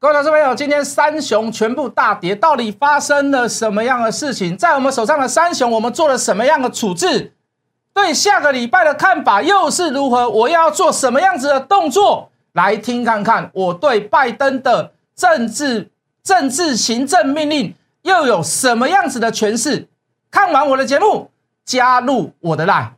各位投资朋友，今天三雄全部大跌，到底发生了什么样的事情？在我们手上的三雄，我们做了什么样的处置？对下个礼拜的看法又是如何？我要做什么样子的动作？来听看看我对拜登的政治行政命令又有什么样子的诠释？看完我的节目，加入我的 LINE。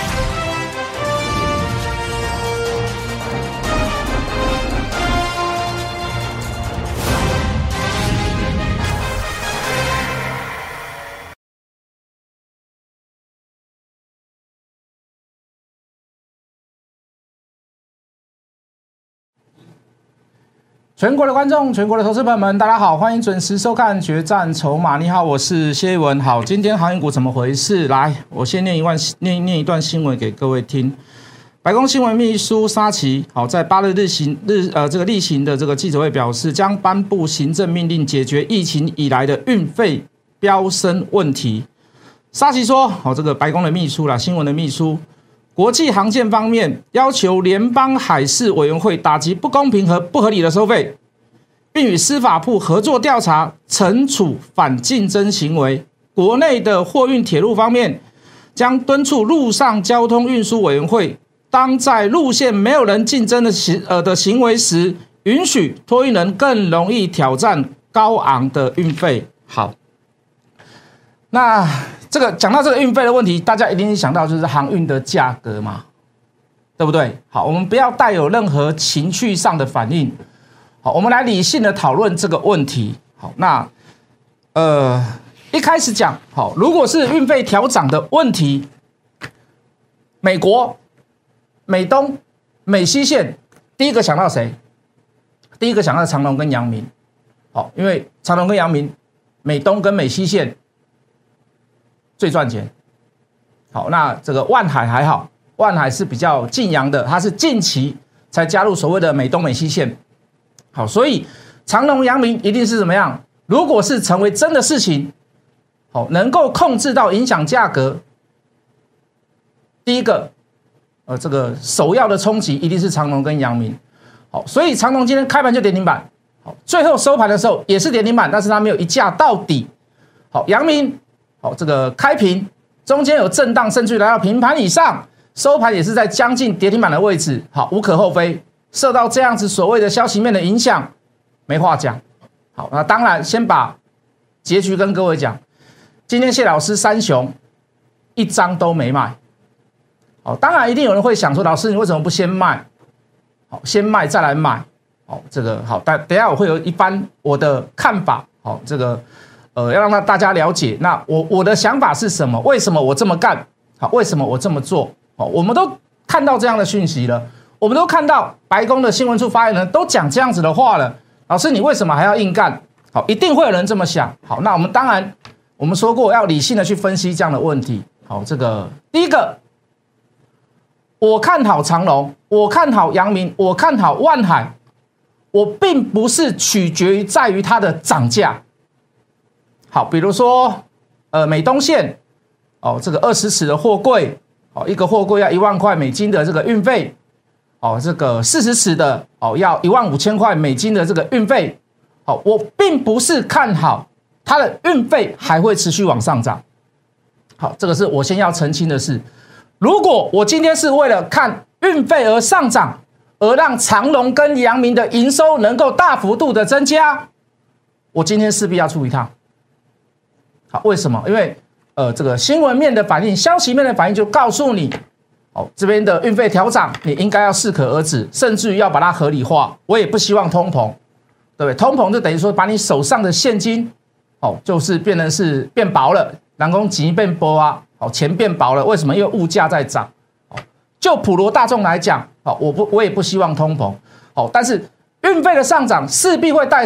全国的观众，全国的投资朋友们，大家好，欢迎准时收看《决战筹码》。你好，我是谢一文。好，今天航运股怎么回事？来，我先念一段新闻给各位听。白宫新闻秘书沙奇，好，在8日例行的这个记者会表示，将颁布行政命令解决疫情以来的运费飙升问题。沙奇说，好，这个白宫的秘书啦，新闻的秘书。国际航线方面，要求联邦海事委员会打击不公平和不合理的收费，并与司法部合作调查，惩处反竞争行为。国内的货运铁路方面，将敦促陆上交通运输委员会，当在路线没有人竞争的行为时，允许托运人更容易挑战高昂的运费。好，那这个讲到这个运费的问题，大家一定想到就是航运的价格嘛，对不对？好，我们不要带有任何情绪上的反应。好，我们来理性的讨论这个问题。好，那一开始讲，好，如果是运费调涨的问题，美国、美东、美西线，第一个想到谁？第一个想到长荣跟阳明。好，因为长荣跟阳明，美东跟美西线最赚钱。好，那这个万海还好，万海是比较近洋的，它是近期才加入所谓的美东美西线。好，所以长荣阳明一定是怎么样？如果是成为真的事情，好，能够控制到影响价格，第一个这个首要的冲击一定是长荣跟阳明。好，所以长荣今天开盘就跌停板，好，最后收盘的时候也是跌停板，但是它没有一价到底。好，阳明好，这个开平中间有震荡，甚至来到平盘以上，收盘也是在将近跌停板的位置。好，无可厚非，受到这样子所谓的消息面的影响，没话讲。好，那当然先把结局跟各位讲。今天谢老师三雄一张都没卖。好，当然一定有人会想说，老师你为什么不先卖？好，先卖再来买。好，这个好，等一下我会有一番我的看法。好，这个。要让大家了解，那我的想法是什么？为什么我这么干？好，为什么我这么做？好，我们都看到这样的讯息了，我们都看到白宫的新闻处发言人都讲这样子的话了。老师，你为什么还要硬干？好，一定会有人这么想。好，那我们当然我们说过要理性的去分析这样的问题。好，这个第一个，我看好长荣，我看好阳明，我看好万海，我并不是取决于在于它的涨价。好，比如说，美东线，哦，这个20尺的货柜，哦，一个货柜要1万块美金的这个运费，哦，这个40尺的，哦，要15000块美金的这个运费，好，我并不是看好它的运费还会持续往上涨。好，这个是我先要澄清的事。如果我今天是为了看运费而上涨，而让长荣跟阳明的营收能够大幅度的增加，我今天势必要出一趟。好，为什么？因为这个新闻面的反应、消息面的反应就告诉你，哦，这边的运费调涨，你应该要适可而止，甚至于要把它合理化。我也不希望通膨，对不对？通膨就等于说把你手上的现金，哦，就是变成是变薄了，人工钱变薄啊，好，钱变薄了。为什么？因为物价在涨。哦，就普罗大众来讲，哦，我也不希望通膨，哦，但是运费的上涨势必会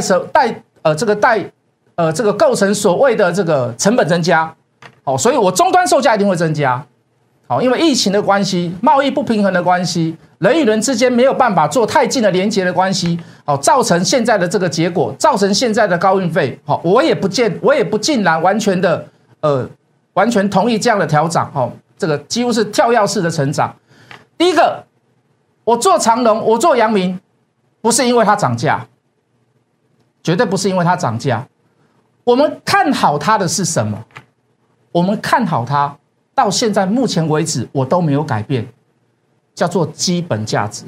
这个构成所谓的这个成本增加，好，所以我终端售价一定会增加，好，因为疫情的关系、贸易不平衡的关系、人与人之间没有办法做太近的连结的关系，好，造成现在的这个结果，造成现在的高运费，好，我也不尽然完全同意这样的调涨，好，这个几乎是跳跃式的成长。第一个，我做长荣，我做阳明，不是因为它涨价， 绝对不是因为它涨价。我们看好它的是什么？我们看好它到现在目前为止我都没有改变，叫做基本价值，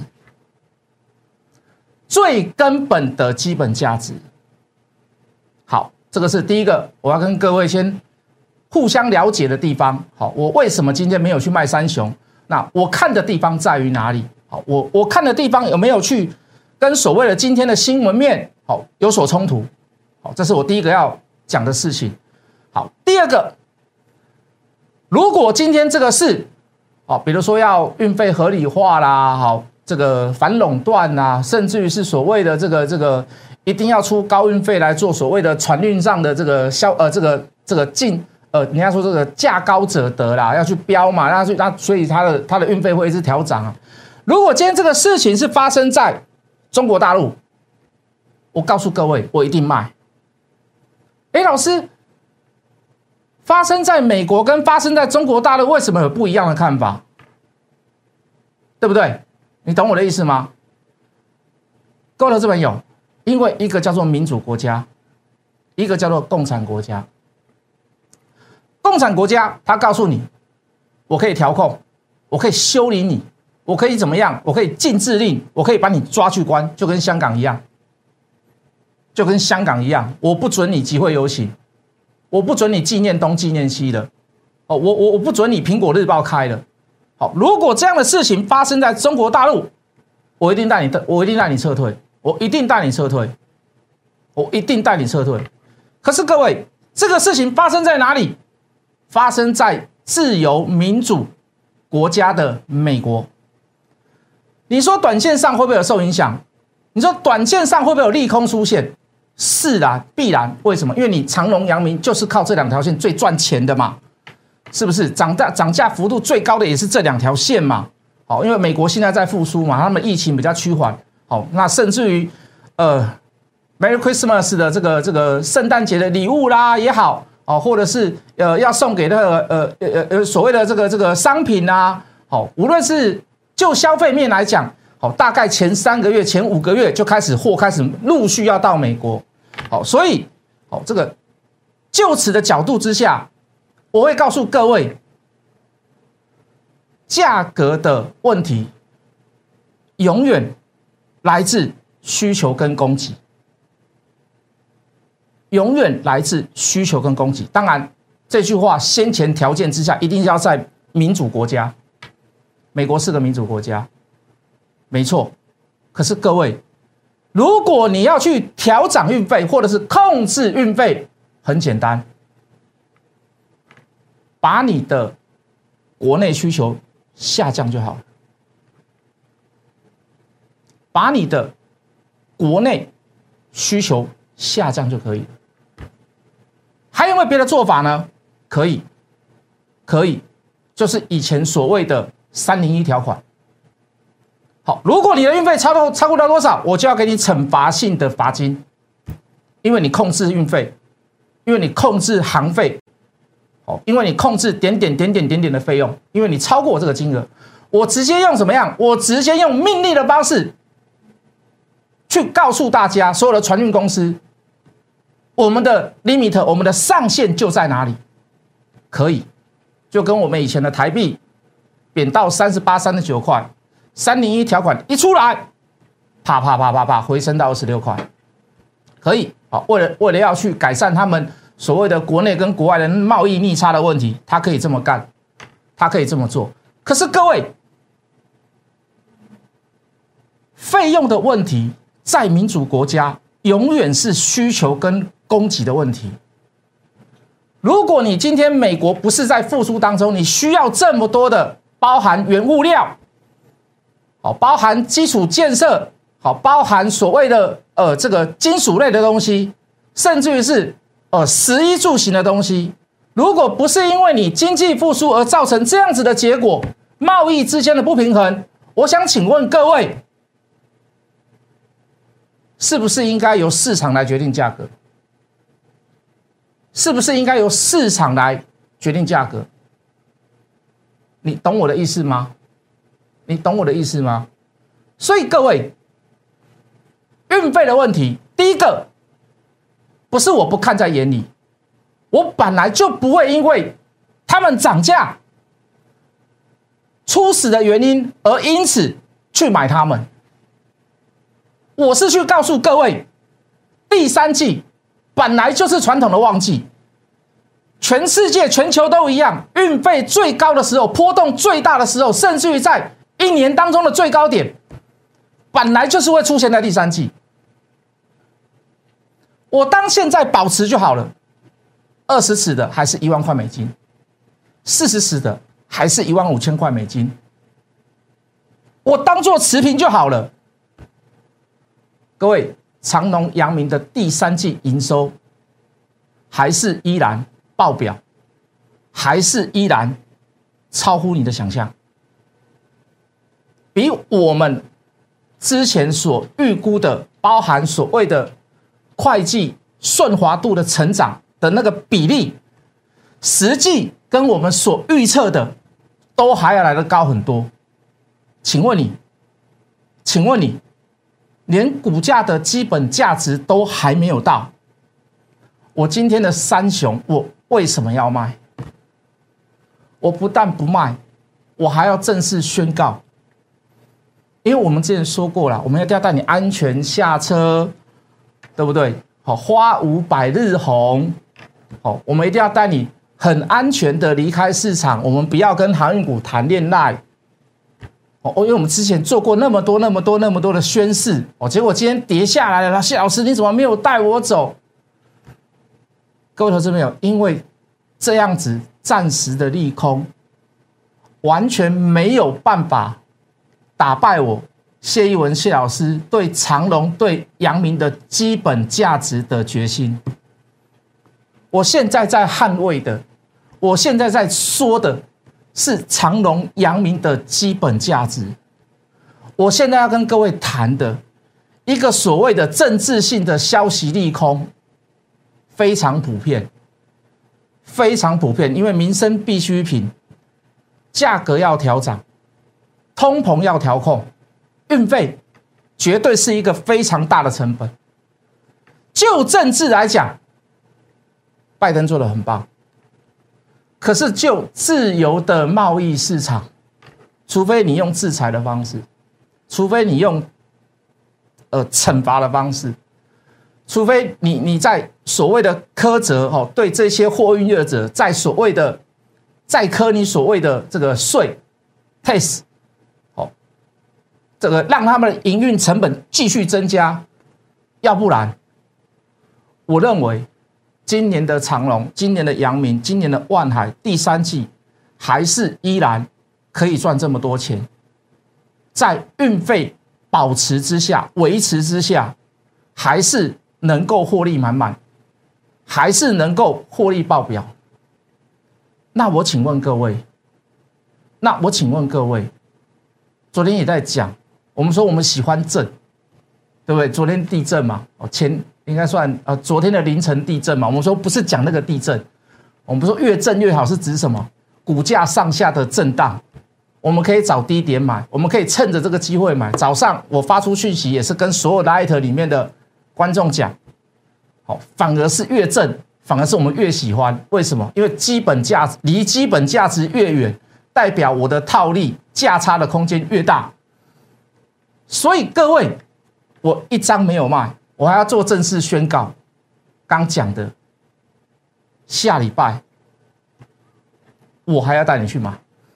最根本的基本价值。好，这个是第一个我要跟各位先互相了解的地方。好，我为什么今天没有去卖三雄？那我看的地方在于哪里？好，我看的地方有没有去跟所谓的今天的新闻面好有所冲突？好，这是我第一个要讲的事情。好，第二个，如果今天这个是好，比如说要运费合理化啦，好，这个反垄断啦，甚至于是所谓的这个一定要出高运费来做所谓的船运上的这个人家说这个价高者得啦，要去标嘛，所以它的运费会一直调涨啊。如果今天这个事情是发生在中国大陆，我告诉各位，我一定卖。老师，发生在美国跟发生在中国大陆为什么有不一样的看法？对不对？你懂我的意思吗？各位投资朋友，因为一个叫做民主国家，一个叫做共产国家。共产国家，他告诉你，我可以调控，我可以修理你，我可以怎么样？我可以禁制令，我可以把你抓去关，就跟香港一样，我不准你集会游行，我不准你纪念东纪念西的，我不准你苹果日报开了。好，如果这样的事情发生在中国大陆，我一定带你撤退，我一定带你撤退。可是各位，这个事情发生在哪里？发生在自由民主国家的美国。你说短线上会不会有受影响？你说短线上会不会有利空出现？是啦，必然。为什么？因为你长荣、阳明就是靠这两条线最赚钱的嘛，是不是？涨价幅度最高的也是这两条线嘛。好，因为美国现在在复苏嘛，他们疫情比较趋缓。好，那甚至于Merry Christmas 的这个圣诞节的礼物啦也好。或者是要送给那个所谓的这个商品啊，好，无论是就消费面来讲，好，大概前3个月、前5个月就开始陆续要到美国，好，所以这个就此的角度之下，我会告诉各位，价格的问题永远来自需求跟供给。永远来自需求跟供给。当然，这句话先前条件之下，一定要在民主国家。美国是个民主国家，没错。可是各位，如果你要去调涨运费或者是控制运费，很简单，把你的国内需求下降就好了，把你的国内需求下降就可以了。还有没有别的做法呢？可以，就是以前所谓的301条款。好，如果你的运费超过到多少，我就要给你惩罚性的罚金，因为你控制运费，因为你控制航费，因为你控制点点的费用，因为你超过我这个金额，我直接用怎么样？我直接用命令的方式去告诉大家，所有的船运公司。我们的 limit， 我们的上限就在哪里？可以，就跟我们以前的台币贬到38、39块，301条款一出来，啪回升到26块，可以。好，为了要去改善他们所谓的国内跟国外的贸易逆差的问题，他可以这么干，他可以这么做。可是各位，费用的问题在民主国家永远是需求跟供给的问题。如果你今天美国不是在复苏当中，你需要这么多的包含原物料，好，包含基础建设，好，包含所谓的这个金属类的东西，甚至于是食衣住行的东西，如果不是因为你经济复苏而造成这样子的结果，贸易之间的不平衡，我想请问各位，是不是应该由市场来决定价格？是不是应该由市场来决定价格？你懂我的意思吗？所以各位，运费的问题，第一个不是我不看在眼里，我本来就不会因为他们涨价初始的原因而因此去买他们。我是去告诉各位，第三季本来就是传统的旺季，全世界全球都一样，运费最高的时候，波动最大的时候，甚至于在一年当中的最高点，本来就是会出现在第三季。我当现在保持就好了，20尺的还是1万块美金，40尺的还是15000块美金，我当做持平就好了。各位，长荣、阳明的第三季营收还是依然爆表，还是依然超乎你的想象，比我们之前所预估的，包含所谓的会计顺滑度的成长的那个比例，实际跟我们所预测的都还要来得高很多。请问你，连股价的基本价值都还没有到，我今天的三雄，我为什么要卖？我不但不卖，我还要正式宣告，因为我们之前说过了，我们一定要带你安全下车，对不对？好，花无百日红，好，我们一定要带你很安全的离开市场，我们不要跟航运股谈恋爱。因为我们之前做过那么多的宣示，结果今天跌下来了，谢老师你怎么没有带我走？各位投资朋友，因为这样子暂时的利空，完全没有办法打败我谢逸文谢老师对长荣、对阳明的基本价值的决心。我现在在捍卫的，我现在在说的是长荣、阳明的基本价值。我现在要跟各位谈的一个所谓的政治性的消息利空，非常普遍，非常普遍，因为民生必需品价格要调涨，通膨要调控，运费绝对是一个非常大的成本。就政治来讲，拜登做得很棒，可是就自由的贸易市场，除非你用制裁的方式，除非你用惩罚的方式，除非你在所谓的苛责对这些货运业者，在所谓的再苛你所谓的这个税 tax， 这个让他们的营运成本继续增加，要不然，我认为今年的长荣、今年的阳明、今年的万海第三季还是依然可以赚这么多钱，在运费保持之下、维持之下，还是能够获利满满，还是能够获利爆表。那我请问各位，昨天也在讲，我们说我们喜欢震，对不对？昨天地震嘛，应该算昨天的凌晨地震嘛。我们说不是讲那个地震，我们说越震越好，是指什么？股价上下的震荡，我们可以找低点买，我们可以趁着这个机会买。早上我发出讯息，也是跟所有 Light 里面的观众讲，反而是越震，反而是我们越喜欢。为什么？因为基本价值离基本价值越远，代表我的套利价差的空间越大。所以各位，我一张没有卖，我还要做正式宣告。刚讲的，下礼拜我还要带你去买。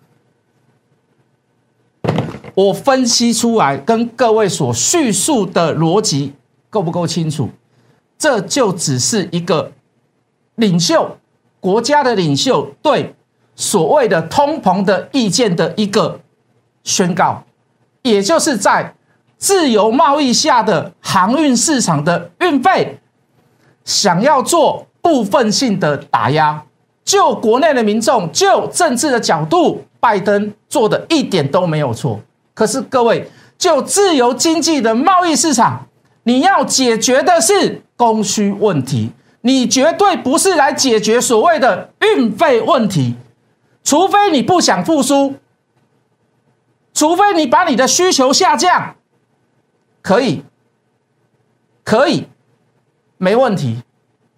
我分析出来，跟各位所叙述的逻辑够不够清楚？这就只是一个领袖，国家的领袖对所谓的通膨的意见的一个宣告，也就是在自由贸易下的航运市场的运费，想要做部分性的打压。就国内的民众，就政治的角度，拜登做的一点都没有错。可是各位，就自由经济的贸易市场，你要解决的是供需问题，你绝对不是来解决所谓的运费问题。除非你不想复苏，除非你把你的需求下降，可以，没问题。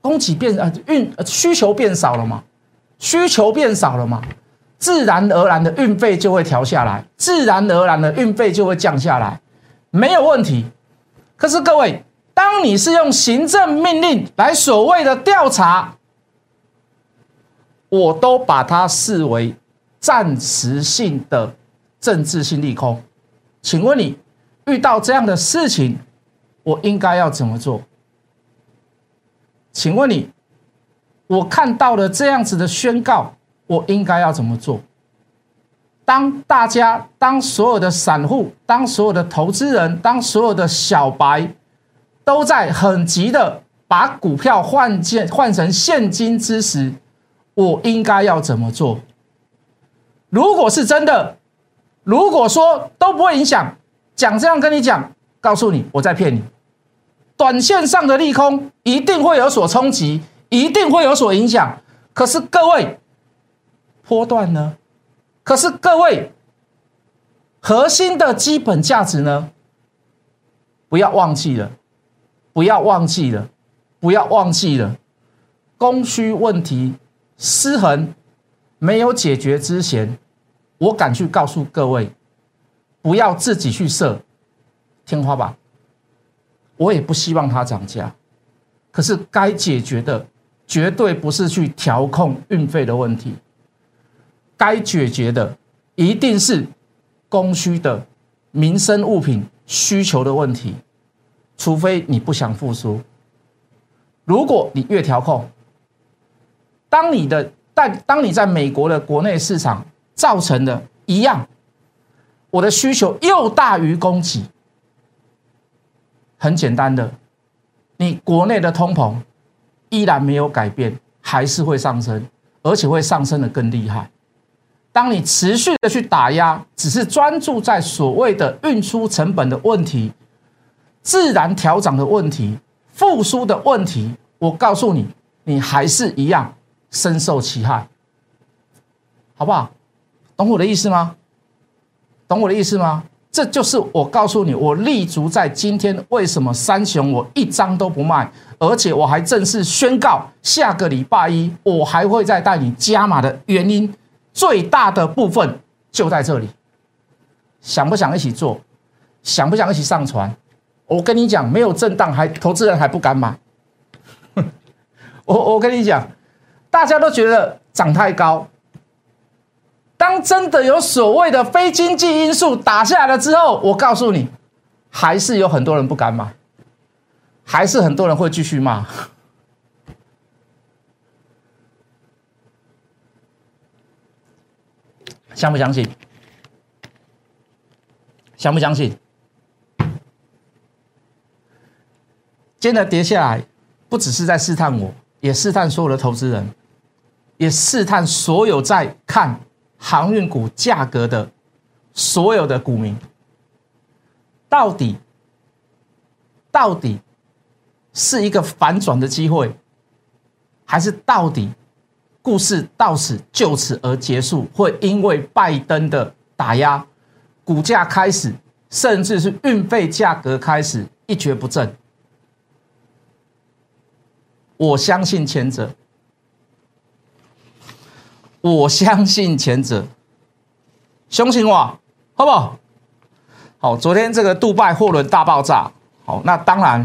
供给需求变少了嘛？需求变少了嘛？自然而然的运费就会调下来，自然而然的运费就会降下来，没有问题。可是各位，当你是用行政命令来所谓的调查，我都把它视为暂时性的政治性利空。请问你遇到这样的事情，我应该要怎么做？请问你，我看到了这样子的宣告，我应该要怎么做？当所有的散户，当所有的投资人，当所有的小白都在很急的把股票换成现金之时，我应该要怎么做？如果是真的，如果说都不会影响，讲这样跟你讲，告诉你我在骗你。短线上的利空一定会有所冲击，一定会有所影响。可是各位，波段呢？可是各位，核心的基本价值呢？不要忘记了，不要忘记了，不要忘记了，供需问题失衡没有解决之前，我敢去告诉各位，不要自己去设天花板。我也不希望它涨价，可是该解决的绝对不是去调控运费的问题，该解决的一定是供需的民生物品需求的问题，除非你不想复苏。如果你越调控，当你在美国的国内市场造成的一样，我的需求又大于供给。很简单的，你国内的通膨依然没有改变，还是会上升，而且会上升的更厉害。当你持续的去打压，只是专注在所谓的运输成本的问题、自然调涨的问题、复苏的问题，我告诉你，你还是一样深受其害，好不好？懂我的意思吗？懂我的意思吗？这就是我告诉你，我立足在今天为什么三雄我一张都不卖，而且我还正式宣告下个礼拜一我还会再带你加码的原因，最大的部分就在这里。想不想一起做？想不想一起上船？我跟你讲，没有震荡投资人还不敢买。我跟你讲，大家都觉得涨太高。当真的有所谓的非经济因素打下来了之后，我告诉你，还是有很多人不敢买，还是很多人会继续骂。相不相信？相不相信？今天的跌下来，不只是在试探我，也试探所有的投资人，也试探所有在看航运股价格的所有的股民，到底是一个反转的机会，还是到底故事到此就此而结束？会因为拜登的打压，股价开始，甚至是运费价格开始一蹶不振？我相信前者。我相信前者，相信我，好不好？好，昨天这个杜拜货轮大爆炸，好，那当然，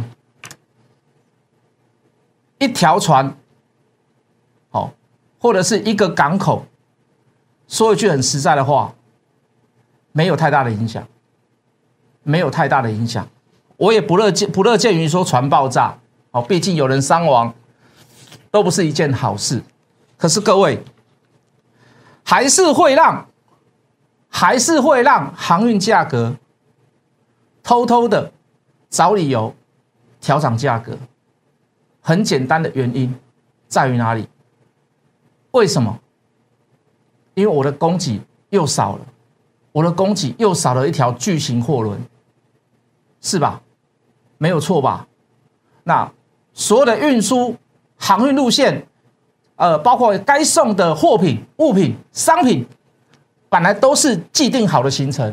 一条船，好，或者是一个港口，说一句很实在的话，没有太大的影响，没有太大的影响。我也不乐见于说船爆炸，好，毕竟有人伤亡，都不是一件好事。可是各位，还是会让航运价格偷偷的找理由调涨价格。很简单的原因在于哪里？为什么？因为我的供给又少了，我的供给又少了一条巨型货轮，是吧？没有错吧？那所有的运输航运路线。包括该送的货品、物品、商品，本来都是既定好的行程，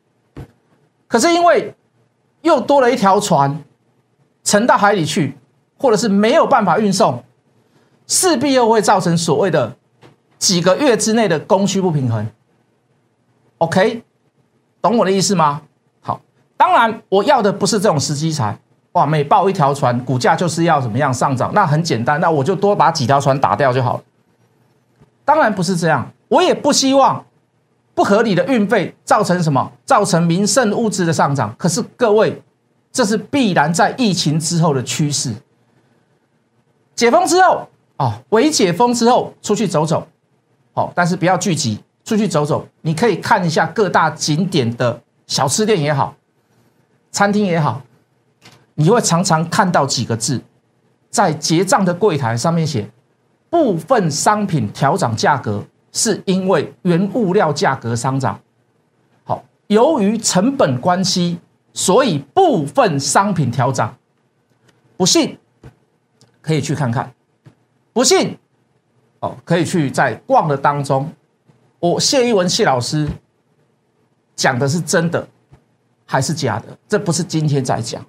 可是因为又多了一条船沉到海里去， 或者是没有办法运送，势必又会造成所谓的几个月之内的供需不平衡。OK， 懂我的意思吗？好，当然我要的不是这种时机财，哇，每爆一条船，股价就是要怎么样上涨，那很简单，那我就多把几条船打掉就好了。当然不是这样，我也不希望不合理的运费造成什么？造成民生物资的上涨。可是各位，这是必然在疫情之后的趋势。解封之后，微解封之后出去走走，但是不要聚集，出去走走，你可以看一下各大景点的小吃店也好，餐厅也好，你会常常看到几个字，在结账的柜台上面写，部分商品调涨价格是因为原物料价格上涨。好，由于成本关系，所以部分商品调涨。不信可以去看看，不信可以去在逛的当中，我谢一文谢老师讲的是真的还是假的？这不是今天在讲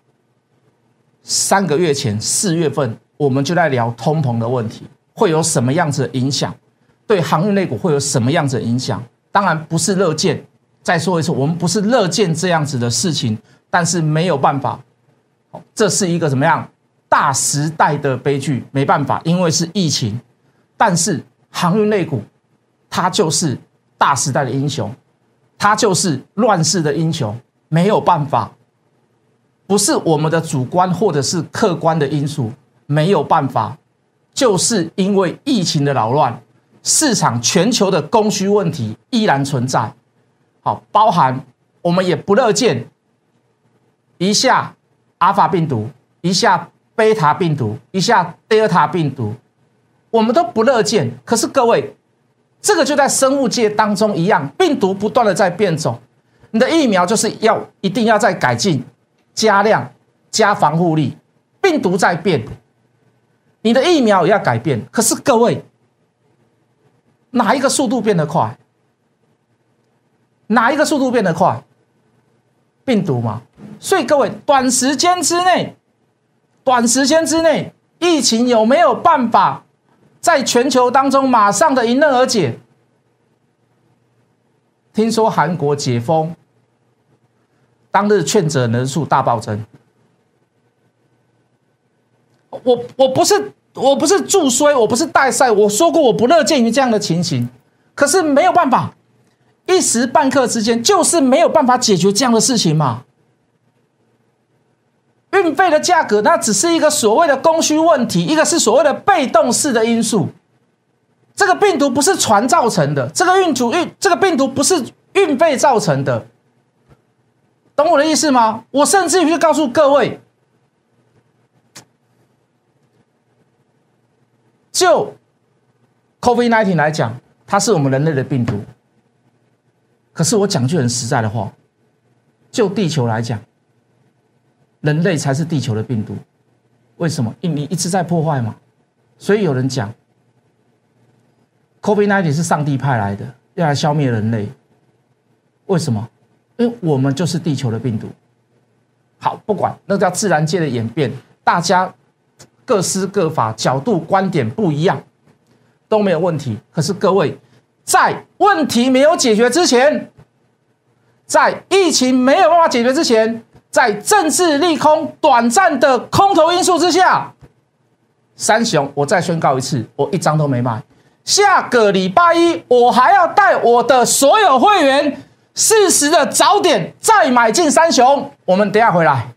，3个月前4月份我们就在聊通膨的问题，会有什么样子的影响？对航运类股会有什么样子的影响？当然不是乐见，再说一次，我们不是乐见这样子的事情，但是没有办法，这是一个怎么样大时代的悲剧，没办法，因为是疫情。但是航运类股，它就是大时代的英雄，它就是乱世的英雄，没有办法，不是我们的主观或者是客观的因素，没有办法，就是因为疫情的扰乱，市场全球的供需问题依然存在。好，包含我们也不乐见一下阿法病毒，一下贝塔病毒，一下德尔塔病毒，我们都不乐见。可是各位，这个就在生物界当中一样，病毒不断的在变种，你的疫苗就是一定要再改进、加量、加防护力，病毒在变，你的疫苗也要改变。可是各位，哪一个速度变得快？哪一个速度变得快？病毒嘛。所以各位，短时间之内，疫情有没有办法在全球当中马上的迎刃而解？听说韩国解封，当日确诊人数大暴增。我不是助衰，我不是带赛，我说过我不乐见于这样的情形，可是没有办法，一时半刻之间就是没有办法解决这样的事情嘛。运费的价格，那只是一个所谓的供需问题，一个是所谓的被动式的因素。这个病毒不是船造成的，这个病毒不是运费造成的，懂我的意思吗？我甚至于就告诉各位，就 COVID-19 来讲，它是我们人类的病毒。可是我讲句很实在的话，就地球来讲，人类才是地球的病毒。为什么？因为你一直在破坏嘛。所以有人讲 COVID-19 是上帝派来的，要来消灭人类。为什么？因为我们就是地球的病毒。好，不管那叫自然界的演变，大家各施各法，角度观点不一样都没有问题。可是各位，在问题没有解决之前，在疫情没有办法解决之前，在政治利空短暂的空头因素之下，三雄我再宣告一次，我一张都没卖。下个礼拜一，我还要带我的所有会员40的早点再买进三雄。我们等一下回来。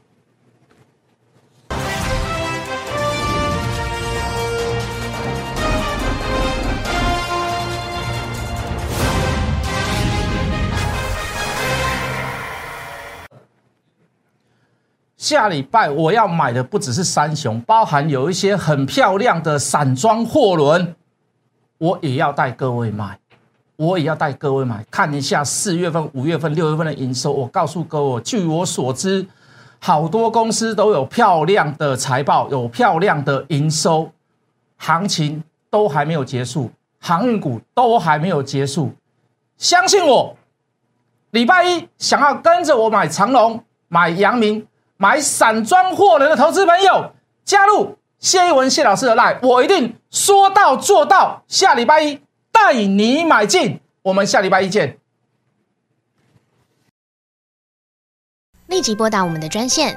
下礼拜我要买的不只是三雄，包含有一些很漂亮的散装货轮，我也要带各位买，看一下4月份、5月份、6月份的营收。我告诉各位，据我所知，好多公司都有漂亮的财报，有漂亮的营收，行情都还没有结束，航运股都还没有结束。相信我，礼拜一想要跟着我买长荣、买阳明、买散装货轮的投资朋友， 加入谢一文谢老师的 LINE， 我一定说到做到。下礼拜一带你买进，我们下礼拜一见。 立即拨打我们的专线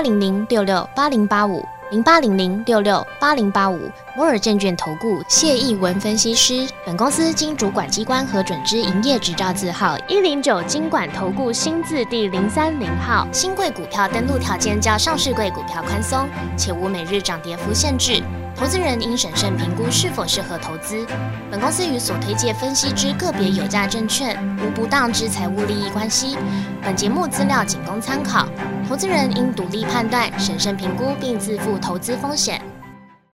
08006680850800668085摩尔证券投顾谢逸文分析师。本公司经主管机关核准之营业执照字号109金管投顾新字第030号。新贵股票登录条件较上市贵股票宽松，且无每日涨跌幅限制。投资人应审慎评估是否适合投资。本公司与所推介分析之个别有价证券无不当之财务利益关系。本节目资料仅供参考，投资人应独立判断、审慎评估并自负投资风险。